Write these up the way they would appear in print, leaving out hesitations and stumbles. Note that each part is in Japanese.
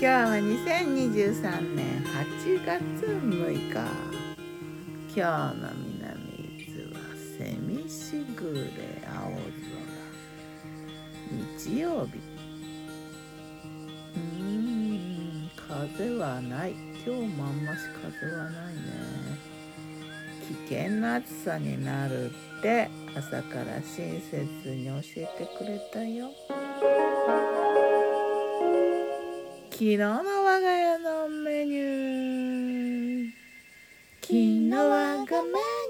日は2023年8月6日。今日の南伊豆はセミしぐれ青空。日曜日。風はない。今日もあんまし風はないね。危険な暑さになるって朝から親切に教えてくれたよ。昨日の我が家のメニュー。昨日我がメ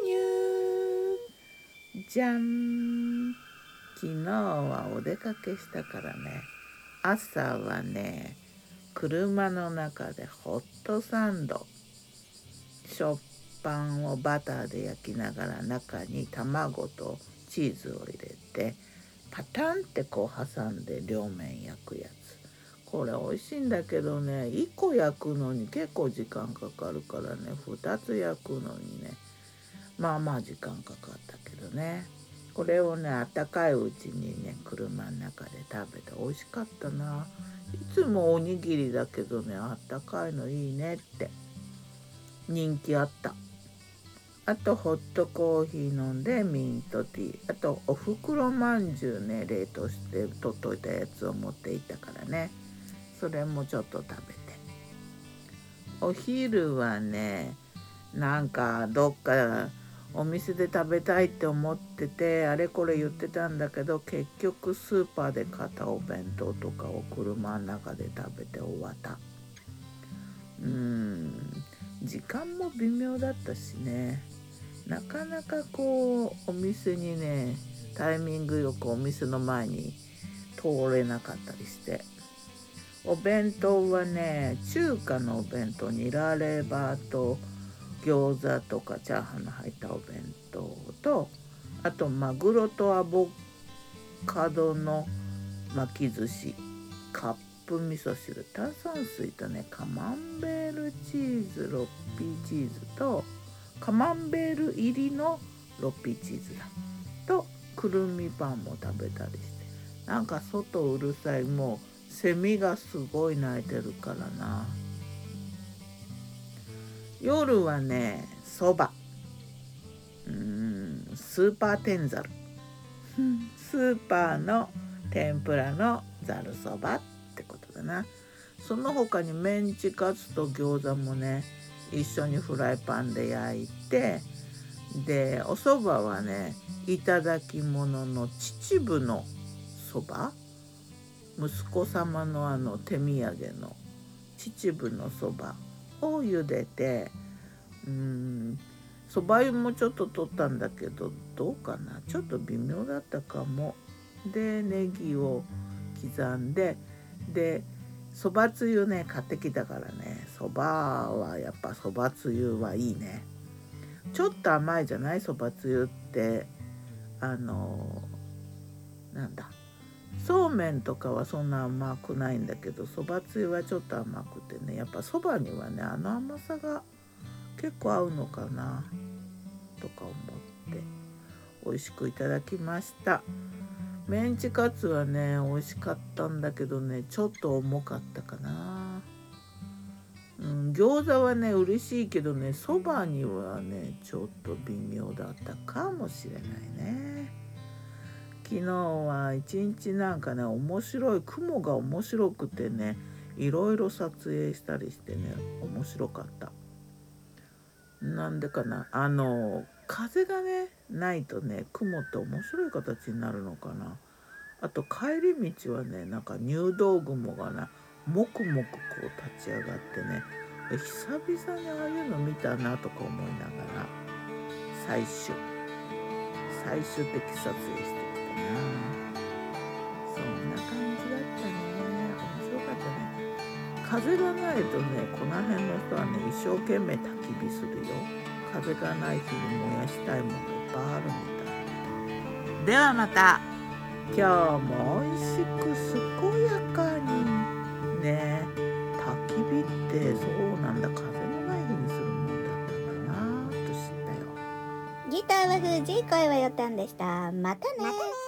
ニュー。じゃん。昨日はお出かけしたからね。朝はね、車の中でホットサンド。食パンをバターで焼きながら中に卵とチーズを入れてパタンってこう挟んで両面焼くやつ。これ美味しいんだけどね、1個焼くのに結構時間かかるからね、2つ焼くのにね、まあまあ時間かかったけどね。これをね、あったかいうちにね、車の中で食べて美味しかったな。いつもおにぎりだけどね、あったかいのいいねって人気あった。あとホットコーヒー飲んでミントティー。あとおふくろまんじゅうね、冷凍して取っといたやつを持っていったからね、それもちょっと食べて。お昼はね、なんかどっかお店で食べたいって思ってて、あれこれ言ってたんだけど、結局スーパーで買ったお弁当とかを車の中で食べて終わった。時間も微妙だったしね、なかなかこうお店にね、タイミングよくお店の前に通れなかったりして。お弁当はね、中華のお弁当、ニラレバと餃子とかチャーハンの入ったお弁当と、あとマグロとアボカドの巻き寿司、カップ味噌汁、炭酸水とね、カマンベールチーズ、ロッピーチーズとカマンベール入りのロッピーチーズだとくるみパンも食べたりして。なんか外うるさい。もうセミがすごい鳴いてるからな。夜はね、そば、スーパー天ざるスーパーの天ぷらのざるそばってことだな。その他にメンチカツと餃子もね、一緒にフライパンで焼いて、でおそばはね、いただき物の秩父のそば、息子様の手土産の秩父のそばを茹でて、そば湯もちょっと取ったんだけど、どうかな、ちょっと微妙だったかも。でネギを刻んで、でそばつゆね買ってきたからね、そばはやっぱそばつゆはいいね。ちょっと甘いじゃない、そばつゆって。なんだ、そうめんとかはそんな甘くないんだけど、そばつゆはちょっと甘くてね、やっぱそばにはね、あの甘さが結構合うのかなとか思って美味しくいただきました。メンチカツはね美味しかったんだけどね、ちょっと重かったかな。餃子はね嬉しいけどね、そばにはねちょっと微妙だったかもしれないね。昨日は一日なんかね、面白い、雲が面白くてね、いろいろ撮影したりしてね、面白かった。なんでかな、風がねないとね、雲って面白い形になるのかな。あと帰り道はね、なんか入道雲がな、もくもくこう立ち上がってね、久々にああいうの見たなとか思いながら最終的撮影してきたな。そんな感じだったね。面白かったね。風がないとね、この辺の人はね一生懸命焚き火するよ。風がない日に燃やしたいものいっぱいあるみたい。ではまた。今日も美味しく健やかにね。焚き火ってそうなんだ、風のない日にするもんだったんだなと知ったよ。 ギターは藤井、声はよたんでした。またね。